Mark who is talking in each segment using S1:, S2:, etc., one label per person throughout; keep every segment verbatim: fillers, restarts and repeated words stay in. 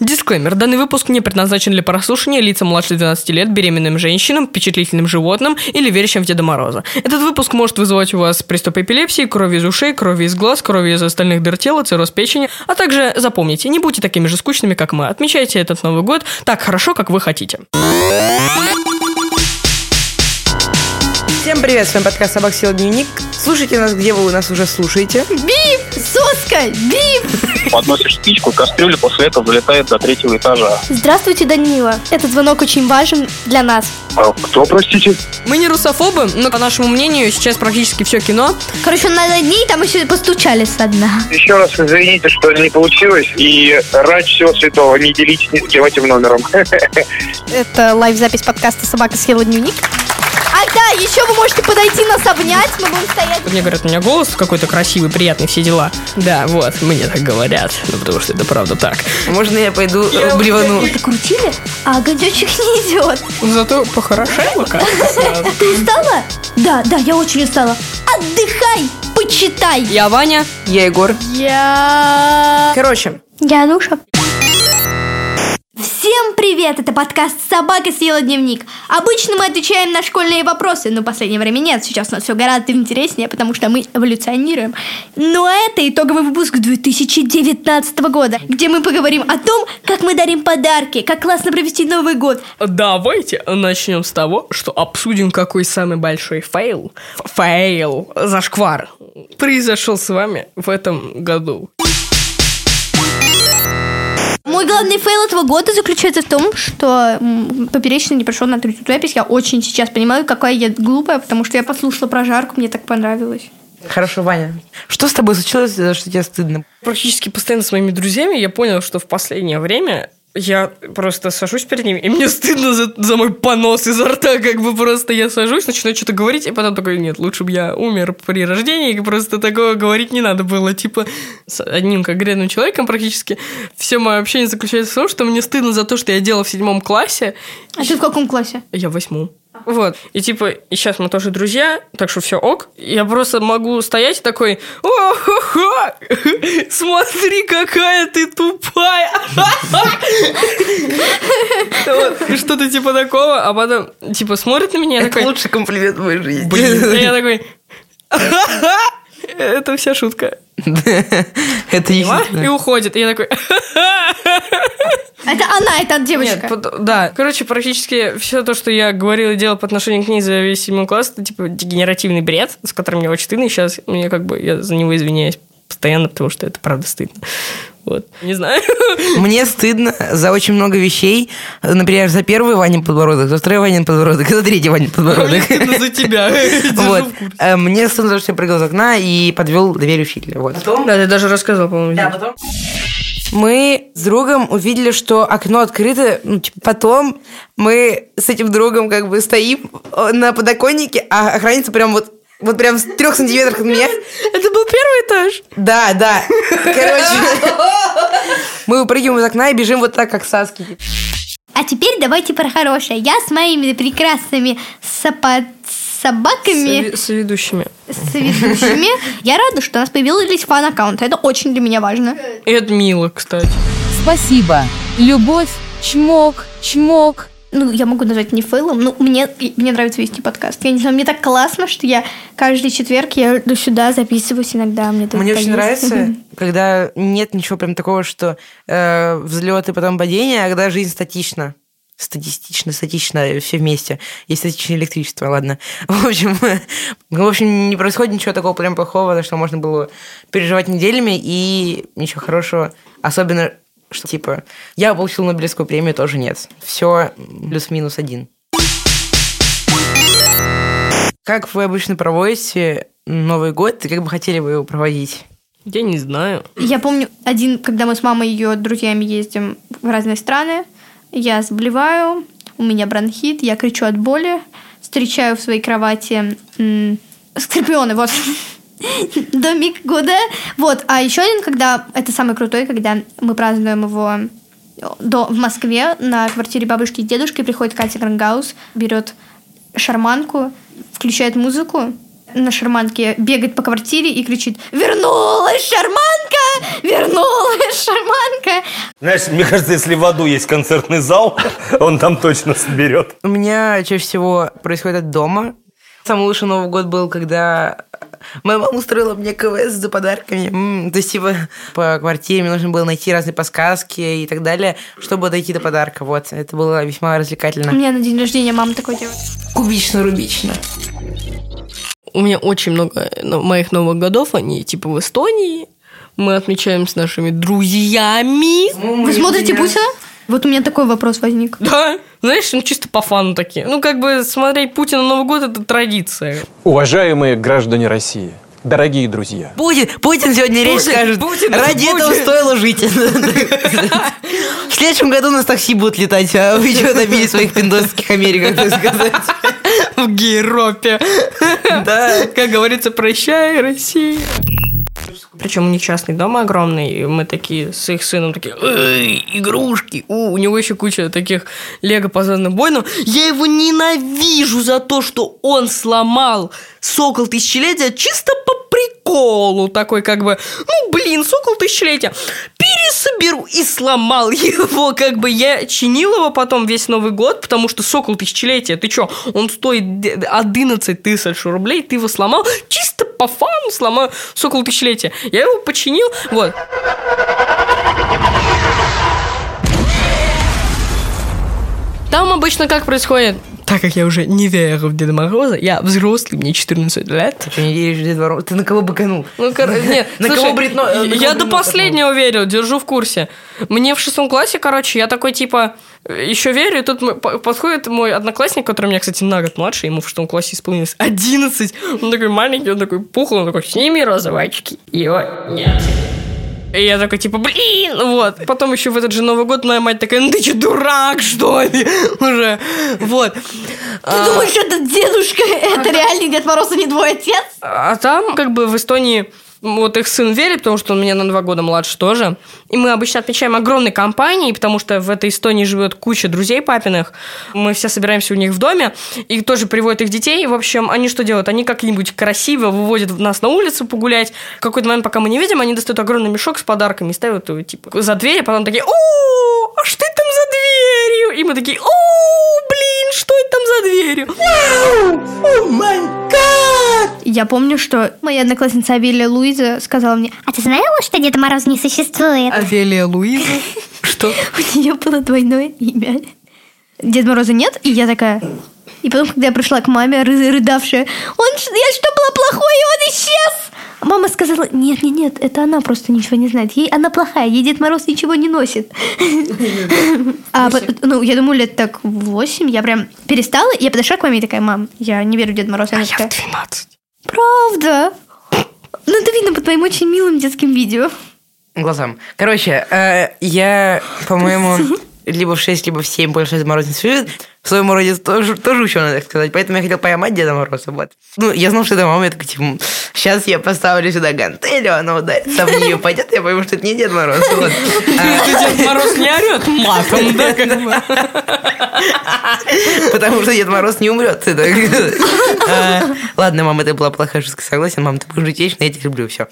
S1: Дисклеймер. Данный выпуск не предназначен для прослушивания лицам младше двенадцати лет, беременным женщинам, впечатлительным животным или верящим в Деда Мороза. Этот выпуск может вызывать у вас приступ эпилепсии, крови из ушей, крови из глаз, крови из остальных дыр тела, цирроз печени. А также запомните, не будьте такими же скучными, как мы. Отмечайте этот Новый год так хорошо, как вы хотите.
S2: Всем привет, с вами подкаст «Собак съел дневник». Слушайте нас, где вы нас уже слушаете.
S3: Бип! Соска! Бип!
S4: Подносишь спичку, кастрюля после этого залетает до третьего этажа.
S3: Здравствуйте, Данила. Этот звонок очень важен для нас.
S4: А кто, простите?
S1: Мы не русофобы, но, по нашему мнению, сейчас практически все кино.
S3: Короче, на дней там еще постучали со дна.
S4: Еще раз извините, что не получилось. И ради всего святого, не делитесь ни с кем этим номером.
S3: Это лайв-запись подкаста «Собака съела дневник». А да, еще вы можете подойти нас обнять, мы будем стоять.
S1: Мне говорят, у меня голос какой-то красивый, приятный, все дела. Да, вот, мне так говорят, ну потому что это правда так.
S2: Можно я пойду в блевану?
S3: Это крутили, а огонечек не идет.
S1: Зато похорошело как-то.
S3: Ты устала? Да, да, я очень устала. Отдыхай, почитай.
S1: Я Ваня.
S2: Я Егор.
S3: Я...
S2: Короче.
S3: Я Ануша. Всем привет! Это подкаст «Собака съела дневник». Обычно мы отвечаем на школьные вопросы, но в последнее время нет. Сейчас у нас все гораздо интереснее, потому что мы эволюционируем. Но это итоговый выпуск две тысячи девятнадцатого года, где мы поговорим о том, как мы дарим подарки, как классно провести Новый год.
S1: Давайте начнем с того, что обсудим, какой самый большой фейл, фейл, зашквар произошел с вами в этом году.
S3: Мой главный фейл этого года заключается в том, что Поперечный не пришел на третью запись. Я очень сейчас понимаю, какая я глупая, потому что я послушала про жарку, мне так понравилось.
S2: Хорошо, Ваня. Что с тобой случилось, что тебе стыдно?
S1: Практически постоянно с моими друзьями я понял, что в последнее время я просто сажусь перед ними, и мне стыдно за, за мой понос изо рта, как бы просто я сажусь, начинаю что-то говорить, и потом такой, нет, лучше бы я умер при рождении, и просто такого говорить не надо было. Типа, с одним конкретным человеком практически все мое общение заключается в том, что мне стыдно за то, что я делала в седьмом классе.
S3: А ты в каком классе?
S1: Я в восьмом. Вот, и типа, и сейчас мы тоже друзья, так что все ок. Я просто могу стоять такой, о-хо-хо, смотри, какая ты тупая. Что-то типа такого, а потом, типа, смотрит на меня, я такой...
S2: Это лучший комплимент в моей жизни.
S1: Блин, я такой... Это вся шутка.
S2: Это естественно.
S1: И уходит, и я такой...
S3: Это она, это девочка.
S1: Нет, под... да. Короче, практически все то, что я говорил и делал по отношению к ней за весь седьмой класс, это типа дегенеративный бред, с которым мне очень стыдно, и сейчас мне как бы я за него извиняюсь постоянно, потому что это правда стыдно. Вот. Не знаю.
S2: Мне стыдно за очень много вещей. Например, за первый Ванин подбородок, за второй Ванин подбородок, за третий Ванин подбородок.
S1: Мне стыдно за тебя.
S2: Вот. Мне стыдно за то, что я прыгал из окна и подвел дверь учителя. Вот.
S1: Да, ты даже рассказывал, по-моему.
S2: Да, потом... Мы с другом увидели, что окно открыто. Ну, типа, потом мы с этим другом как бы стоим на подоконнике, а охранница прям вот Вот прям в трех сантиметрах от меня.
S1: Это был первый этаж?
S2: Да, да. Короче, мы выпрыгиваем из окна и бежим вот так, как Саски.
S3: А теперь давайте про хорошее. Я с моими прекрасными сопа... собаками...
S1: С ведущими.
S3: С ведущими. Я рада, что у нас появились фан-аккаунты. Это очень для меня важно.
S1: И это мило, кстати.
S5: Спасибо. Любовь, чмок, чмок.
S3: Ну, я могу назвать не фейлом, но мне, мне нравится вести подкаст. Я не знаю, мне так классно, что я каждый четверг я иду сюда, записываюсь иногда. Мне,
S2: мне очень
S3: есть.
S2: нравится, когда нет ничего прям такого, что э, взлет и потом падение, а когда жизнь статична. Статистично, статично, все вместе. Есть статичное электричество, ладно. В общем, в общем, не происходит ничего такого прям плохого, за что можно было переживать неделями, и ничего хорошего. Особенно, что типа я получил Нобелевскую премию, тоже нет. Все плюс-минус один. Как вы обычно проводите Новый год, и как бы хотели вы его проводить?
S1: Я не знаю.
S3: Я помню один, когда мы с мамой и ее друзьями ездим в разные страны, я заболеваю, у меня бронхит, я кричу от боли, встречаю в своей кровати м- скорпионы, вот, домик года. Вот, а еще один, когда, это самый крутой, когда мы празднуем его до, в Москве на квартире бабушки и дедушки, приходит Катя Грангаус, берет шарманку, включает музыку, на шарманке бегает по квартире и кричит: «Вернулась шарманка! Вернулась шарманка!»
S6: Знаешь, мне кажется, если в аду есть концертный зал, он там точно соберет.
S2: У меня чаще всего происходит это дома. Самый лучший Новый год был, когда моя мама устроила мне КВС за подарками. М-м, то есть, типа, по квартире мне нужно было найти разные подсказки и так далее, чтобы дойти до подарка. Вот, это было весьма развлекательно.
S3: У меня на день рождения мама такое делает.
S2: Кубично-рубично.
S1: У меня очень много моих новых годов, они типа в Эстонии. Мы отмечаем с нашими друзьями.
S3: Вы смотрите Путина? Вот у меня такой вопрос возник.
S1: Да, знаешь, ну чисто по фану такие. Ну, как бы смотреть Путина на Новый год – это традиция.
S7: Уважаемые граждане России, дорогие друзья.
S2: Путин, Путин сегодня речь
S1: Путин,
S2: скажет.
S1: Путин,
S2: Ради
S1: Путин.
S2: этого стоило жить. В следующем году у нас такси будут летать, а вы что добились своих пиндосских Америк, так сказать?
S1: В Гейропе.
S2: Да.
S1: Как говорится, прощай, Россия. Причем у них частный дом огромный, и мы такие с их сыном такие: «Эй, игрушки!» У, у него еще куча таких лего по «Звездным войнам». Я его ненавижу за то, что он сломал «Сокол Тысячелетия» чисто по приколу. Такой как бы, ну, блин, «Сокол Тысячелетия». Пересоберу. И сломал его. Как бы я чинил его потом весь Новый год, потому что «Сокол Тысячелетия», ты что, он стоит одиннадцать тысяч рублей, ты его сломал чисто по фану, сломаю «Сокол Тысячелетия». Я его починил, вот. Там обычно как происходит? Так как я уже не верю в Деда Мороза, я взрослый, мне четырнадцать лет.
S2: Ты что, не веришь в Деда Мороза? Ты на кого быканул?
S1: Ну, кор... нет,
S2: На
S1: слушай,
S2: кого бритно- на
S1: я
S2: кого
S1: до
S2: бритно
S1: последнего верил, держу в курсе. Мне в шестом классе, короче, я такой, типа, еще верю, и тут м- по- подходит мой одноклассник, который меня, кстати, на год младше, ему в шестом классе исполнилось одиннадцать. Он такой маленький, он такой пухлый, он такой: «Сними розовые очки». Его нет. И я такой, типа, блин, вот. Потом еще в этот же Новый год моя мать такая: «Ну ты че, дурак, что ли?» Уже, вот.
S3: Ты думаешь, этот дедушка, это реальный Дед Мороз, а не твой отец?
S1: А там, как бы, в Эстонии вот их сын верит, потому что он меня на два года младше тоже. И мы обычно отмечаем огромной компанией, потому что в этой Эстонии живет куча друзей папиных. Мы все собираемся у них в доме, и тоже приводят их детей. В общем, они что делают? Они как-нибудь красиво выводят нас на улицу погулять. В какой-то момент, пока мы не видим, они достают огромный мешок с подарками и ставят его, типа, за дверь, а потом такие: «О, а что это там за дверью?» И мы такие: «О, блин, что это там за дверью?»
S2: О май гад!
S3: Я помню, что моя одноклассница Авелия Луиза сказала мне:
S8: А ты знала, что Деда Мороз не существует?
S1: Авелия Луиза? Что?
S3: у нее было двойное имя. Деда Мороза нет, и я такая... И потом, когда я пришла к маме, ры- рыдавшая: «Он, ш- я что, была плохой, и он исчез?» Мама сказала: «Нет, нет, нет, это она просто ничего не знает. Ей она плохая, ей Дед Мороз ничего не носит». А, по- ну, я думаю, лет так восемь я прям перестала, и я подошла к маме и такая: «Мам, я не верю в Деда Мороза». Она
S1: Я
S3: такая:
S1: в двенадцать.
S3: «Правда?» Ну, это видно по твоим очень милым детским видео.
S2: Глазам. Короче, э, я, по-моему, либо в шесть, либо в семь больше Деда Мороза не существует. В своем роде тоже, тоже ученый, так сказать. Поэтому я хотел поймать Деда Мороза. Вот. Ну, я знал, что это мама. Я такой, типа, сейчас я поставлю сюда гантелью, она ударится в нее, пойдет, я пойму, что это не Дед Мороз. Вот.
S1: Дед Мороз не орет матом, да, как бы?
S2: Потому что Дед Мороз не умрет. А, ладно, мама, это была плохая шутка, согласен. Мам, ты будешь жить вечно, я тебя люблю, все.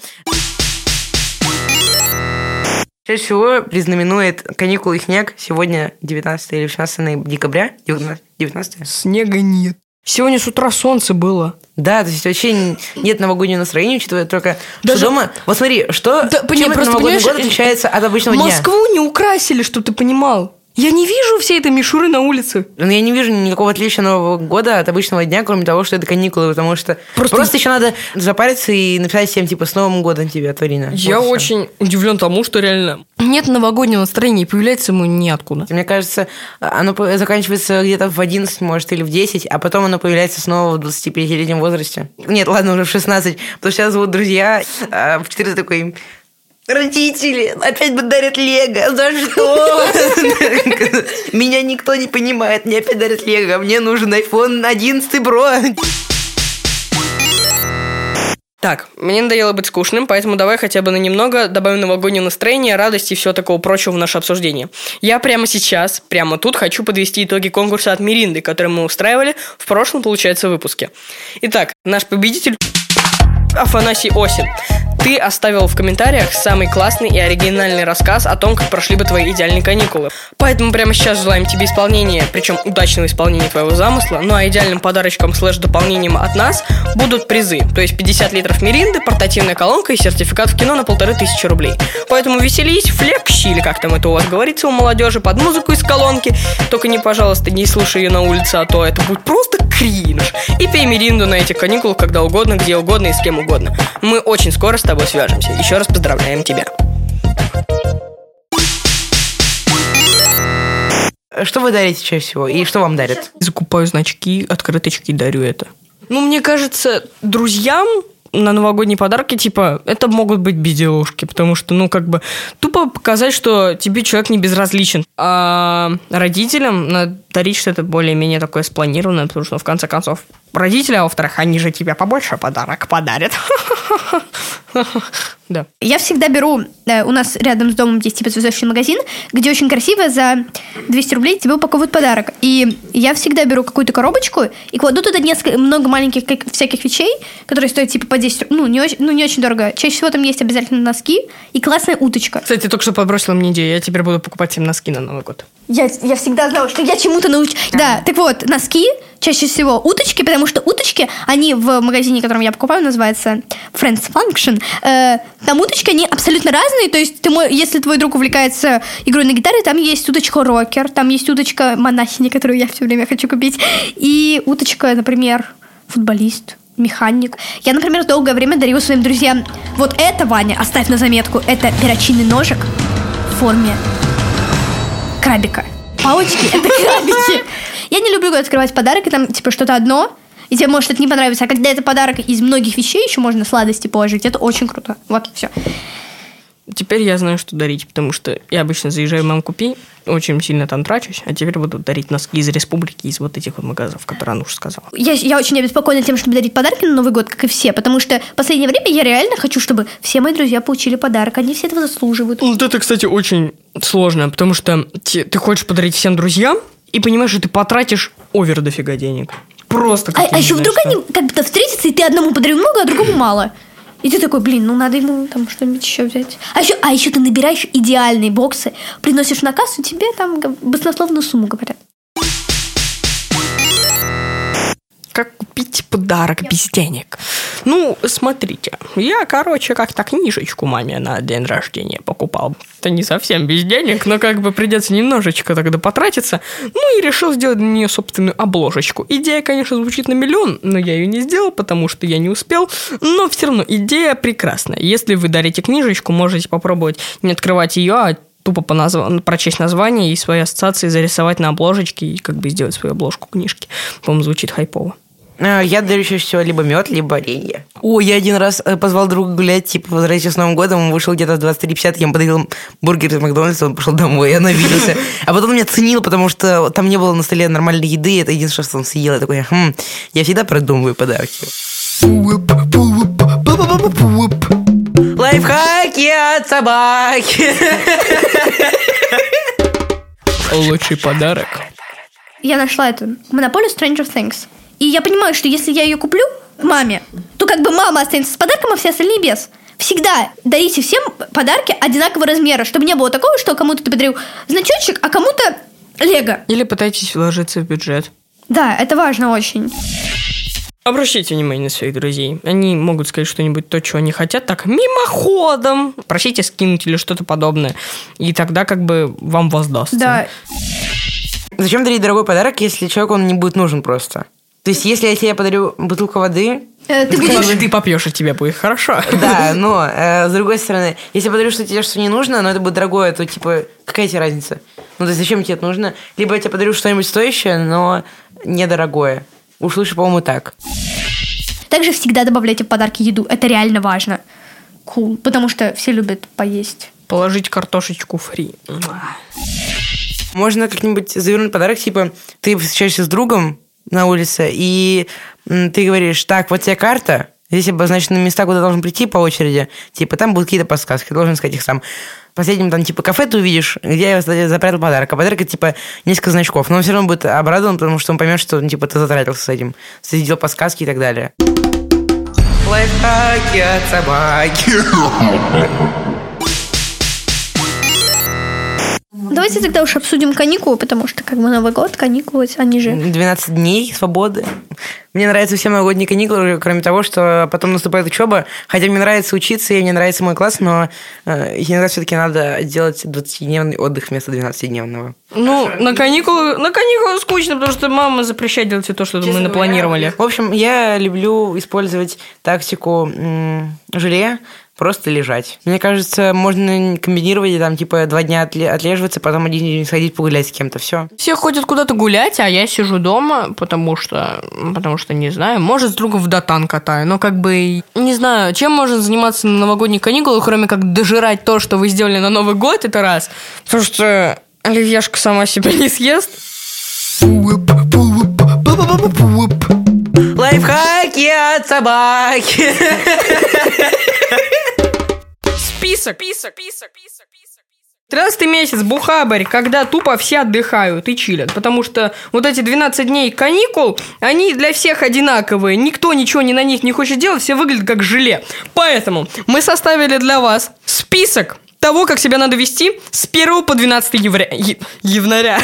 S2: Чаще всего признаменует каникулы и снег сегодня девятнадцатое или восемнадцатое декабря. девятнадцатое
S1: Снега нет. Сегодня с утра солнце было.
S2: Да, то есть вообще нет новогоднего настроения, учитывая только,
S1: Даже-
S2: что дома... Вот смотри, что...
S1: Да,
S2: чем
S1: пони-
S2: этот
S1: просто
S2: новогодний
S1: понимаешь,
S2: год отличается от обычного дня?
S1: Москву не украсили, чтобы ты понимал. Я не вижу всей этой мишуры на улице.
S2: Ну, я не вижу никакого отличия Нового года от обычного дня, кроме того, что это каникулы, потому что
S1: Просто-
S2: просто, еще надо запариться и написать всем, типа, с Новым годом тебя, Турина.
S1: Я
S2: Вот и всё.
S1: очень удивлен тому, что реально нет новогоднего настроения, и появляется ему ниоткуда.
S2: Мне кажется, оно по- заканчивается где-то в одиннадцать, может, или в десять, а потом оно появляется снова в двадцатипятилетнем возрасте. Нет, ладно, уже в шестнадцать, потому что сейчас зовут друзья, а в четырнадцать такой... Родители опять бы дарят лего. За что? Меня никто не понимает. Мне опять дарят лего. Мне нужен айфон одиннадцать Pro.
S1: Так, мне надоело быть скучным, поэтому давай хотя бы на немного добавим новогоднее настроение, радости и всего такого прочего в наше обсуждение. Я прямо сейчас, прямо тут хочу подвести итоги конкурса от Миринды, который мы устраивали в прошлом, получается, выпуске. Итак, наш победитель... Афанасий Осин, ты оставил в комментариях самый классный и оригинальный рассказ о том, как прошли бы твои идеальные каникулы. Поэтому прямо сейчас желаем тебе исполнения, причем удачного исполнения твоего замысла. Ну а идеальным подарочком слэш дополнением от нас будут призы. То есть пятьдесят литров миринды, портативная колонка и сертификат в кино на полторы тысячи рублей. Поэтому веселись, флекси, или как там это у вас говорится у молодежи, под музыку из колонки. Только не, пожалуйста, не слушай ее на улице, а то это будет просто кринж. И пей миринду на этих каникулах когда угодно, где угодно и с кем угодно. Мы очень скоро с тобой свяжемся. Еще раз поздравляем тебя.
S2: Что вы дарите чаще всего? И что вам дарят?
S1: Закупаю значки, открыточки, дарю это. Ну, мне кажется, друзьям на новогодние подарки, типа, это могут быть безделушки, потому что, ну, как бы, тупо показать, что тебе человек не безразличен. А родителям надо дарить что-то более-менее такое спланированное, потому что, в конце концов, родители, а во-вторых, они же тебе побольше подарок подарят. Да.
S3: Я всегда беру, да, у нас рядом с домом есть типа цветочный магазин, где очень красиво за двести рублей тебе упаковывают подарок. И я всегда беру какую-то коробочку и кладу туда несколько, много маленьких как, всяких вещей, которые стоят типа по десять рублей, ну не, очень, ну, не очень дорого. Чаще всего там есть обязательно носки и классная уточка.
S1: Кстати, ты только что подбросила мне идею, я теперь буду покупать всем носки на Новый год.
S3: Я, я всегда знала, что я чему-то научу. Да, так вот, носки, чаще всего уточки, потому что уточки, они в магазине, которым я покупаю, называется Friends Function. Э, там уточки, они абсолютно разные. То есть, ты мой, если твой друг увлекается игрой на гитаре, там есть уточка рокер, там есть уточка монахиня, которую я все время хочу купить, и уточка, например, футболист, механик. Я, например, долгое время дарила своим друзьям вот это, Ваня, оставь на заметку, это перочинный ножик в форме крабика. Палочки — это крабики. Я не люблю открывать подарок, и там типа что-то одно, и тебе может это не понравиться. А когда это подарок из многих вещей, еще можно сладости положить. Это очень круто. Вот, все.
S1: Теперь я знаю, что дарить, потому что я обычно заезжаю в «Мам, купи», очень сильно там трачусь, а теперь буду дарить носки из республики, из вот этих вот магазов, которые Ануша сказала.
S3: Я, я очень обеспокоена тем, чтобы дарить подарки на Новый год, как и все, потому что в последнее время я реально хочу, чтобы все мои друзья получили подарок. Они все этого заслуживают.
S1: Вот это, кстати, очень сложно, потому что те, ты хочешь подарить всем друзьям, и понимаешь, что ты потратишь овер дофига денег. Просто
S3: А, а еще вдруг они как-то встретятся, и ты одному подарил много, а другому мало. И ты такой, блин, ну надо ему там что-нибудь еще взять. А еще, а еще ты набираешь идеальные боксы, приносишь на кассу, тебе там баснословную сумму говорят.
S1: Как купить подарок без денег? Ну, смотрите, я, короче, как-то книжечку маме на день рождения покупал. Это не совсем без денег, но как бы придется немножечко тогда потратиться. Ну, и решил сделать для нее собственную обложечку. Идея, конечно, звучит на миллион, но я ее не сделал, потому что я не успел. Но все равно идея прекрасная. Если вы дарите книжечку, можете попробовать не открывать ее, а тупо по назв... прочесть название и свои ассоциации зарисовать на обложечке и как бы сделать свою обложку книжки. По-моему, звучит хайпово.
S2: Я дарю чаще всего либо мед, либо оленье. О, я один раз позвал друга гулять, типа, возвращаясь с Новым годом, он вышел где-то в двадцать три пятьдесят, я ему подарил бургер из Макдональдса, он пошел домой, я обиделся. А потом он меня ценил, потому что там не было на столе нормальной еды, это единственное, что он съел. Я такой, хм, я всегда продумываю подарки. Лайфхаки от собаки.
S1: Лучший подарок.
S3: Я нашла эту монополию Stranger Things. И я понимаю, что если я ее куплю маме, то как бы мама останется с подарком, а все остальные без. Всегда дарите всем подарки одинакового размера, чтобы не было такого, что кому-то ты подарил значочек, а кому-то лего.
S1: Или пытайтесь вложиться в бюджет.
S3: Да, это важно очень.
S1: Обращайте внимание на своих друзей. Они могут сказать что-нибудь то, чего они хотят, так мимоходом. Просите скинуть или что-то подобное. И тогда как бы вам воздастся.
S3: Да.
S2: Зачем дарить дорогой подарок, если человеку он не будет нужен просто? То есть, если я тебе подарю бутылку воды...
S3: Э, ты,
S1: будешь... ты попьешь, и тебе будет хорошо.
S2: Да, но, э, с другой стороны, если я подарю что-то тебе, что не нужно, но это будет дорогое, то, типа, какая тебе разница? Ну, то есть, зачем тебе это нужно? Либо я тебе подарю что-нибудь стоящее, но недорогое. Уж лучше, по-моему, так.
S3: Также всегда добавляйте в подарки еду. Это реально важно. Cool. Потому что все любят поесть.
S1: Положить картошечку фри.
S2: Можно как-нибудь завернуть подарок, типа, ты встречаешься с другом на улице, и ты говоришь, так, вот тебе карта, здесь обозначены места, куда должен прийти по очереди, типа, там будут какие-то подсказки, ты должен искать их сам. В последнем, там, типа, кафе ты увидишь, где я запрятал подарок, а подарок, это, типа, несколько значков, но он все равно будет обрадован, потому что он поймет, что, ну, типа, ты затратился с этим, следил подсказки и так далее. Лайфхаки от собаки.
S3: Давайте тогда уж обсудим каникулы, потому что как бы Новый год, каникулы, они же...
S2: двенадцать дней свободы. Мне нравятся все новогодние каникулы, кроме того, что потом наступает учеба. Хотя мне нравится учиться, и мне нравится мой класс, но э, иногда все-таки надо делать двадцатидневный отдых вместо двенадцатидневного.
S1: Ну, на каникулы, на каникулы скучно, потому что мама запрещает делать все то, что мы напланировали.
S2: В общем, я люблю использовать тактику м- желе, просто лежать. Мне кажется, можно комбинировать, там, типа, два дня отле- отлеживаться, потом один день сходить погулять с кем-то, все.
S1: Все ходят куда-то гулять, а я сижу дома, потому что, потому что не знаю, может, с другом в дотан катаю, но как бы, не знаю, чем можно заниматься на новогодние каникулы, кроме как дожирать то, что вы сделали на Новый год, это раз. Потому что оливьешка сама себя не съест.
S2: Лайфхаки от собаки.
S1: Список, список, список, список, список. тринадцатый месяц, бухабарь, когда тупо все отдыхают и чилят, потому что вот эти двенадцать дней каникул, они для всех одинаковые, никто ничего не на них не хочет делать, все выглядят как желе. Поэтому мы составили для вас список того, как себя надо вести с первого по двенадцатое января. Января.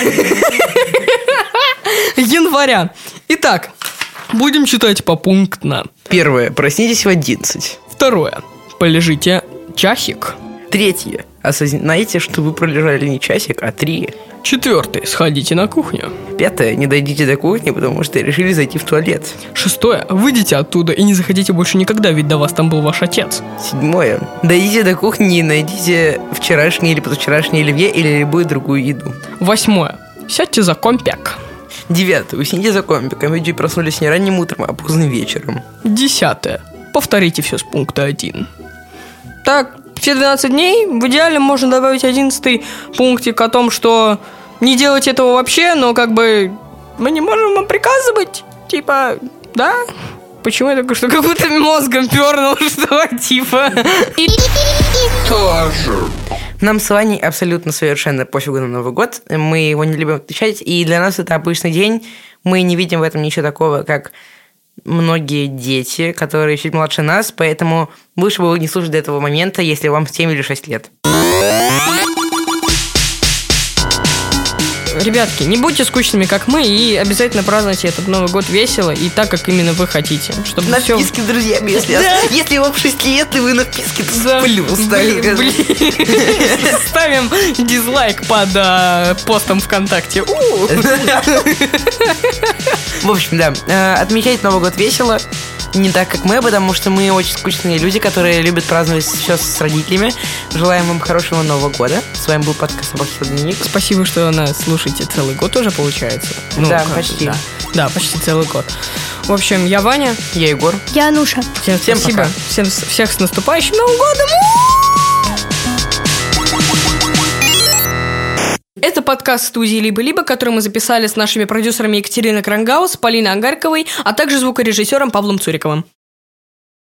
S1: Января. Итак, будем читать попунктно.
S2: Первое. Проснитесь в одиннадцать.
S1: Второе. Полежите часик.
S2: Третье. Осознайте, что вы пролежали не часик, а три.
S1: Четвертое. Сходите на кухню.
S2: Пятое. Не дойдите до кухни, потому что решили зайти в туалет.
S1: Шестое. Выйдите оттуда и не заходите больше никогда, ведь до вас там был ваш отец.
S2: Седьмое. Дойдите до кухни и найдите вчерашнее или позавчерашнее оливье или любую другую еду.
S1: Восьмое. Сядьте за компик.
S2: Девятое. Усните за компиком, ведь вы проснулись не ранним утром, а поздно вечером.
S1: Десятое. Повторите все с пункта один. Так, все двенадцать дней. В идеале можно добавить одиннадцатый пунктик о том, что не делать этого вообще, но как бы мы не можем вам приказывать. Типа, да? Почему я только что как будто мозгом пернул, что типа...
S2: Нам с Ваней абсолютно совершенно пофигу на Новый год. Мы его не любим отмечать, и для нас это обычный день. Мы не видим в этом ничего такого, как многие дети, которые чуть младше нас, поэтому лучше бы вы не слушали до этого момента, если вам семь или шесть лет.
S1: Ребятки, не будьте скучными, как мы, и обязательно празднуйте этот Новый год весело и так, как именно вы хотите. Чтобы
S2: На
S1: все...
S2: вписке, друзья, если, да. если вам шесть лет, и вы на вписке, то
S1: Да.
S2: плюс.
S1: Блин, блин. Ставим дизлайк под а, постом ВКонтакте. У.
S2: В общем, да, э, отмечать Новый год весело. Не так, как мы, потому что мы очень скучные люди, которые любят праздновать все с родителями. Желаем вам хорошего Нового года. С вами был подкаст «Собачий дневник».
S1: Спасибо, что нас слушаете целый год уже, получается.
S2: Да,
S1: как,
S2: почти.
S1: Да. да, почти целый год. В общем, я Ваня.
S2: Я Егор.
S3: Я Ануша.
S1: Всем,
S2: Всем
S1: спасибо.
S2: пока.
S1: Всем, всех с наступающим Новым годом! Это подкаст студии «Либо-либо», который мы записали с нашими продюсерами Екатериной Крангаус, Полиной Ангарковой, а также звукорежиссером Павлом Цуриковым.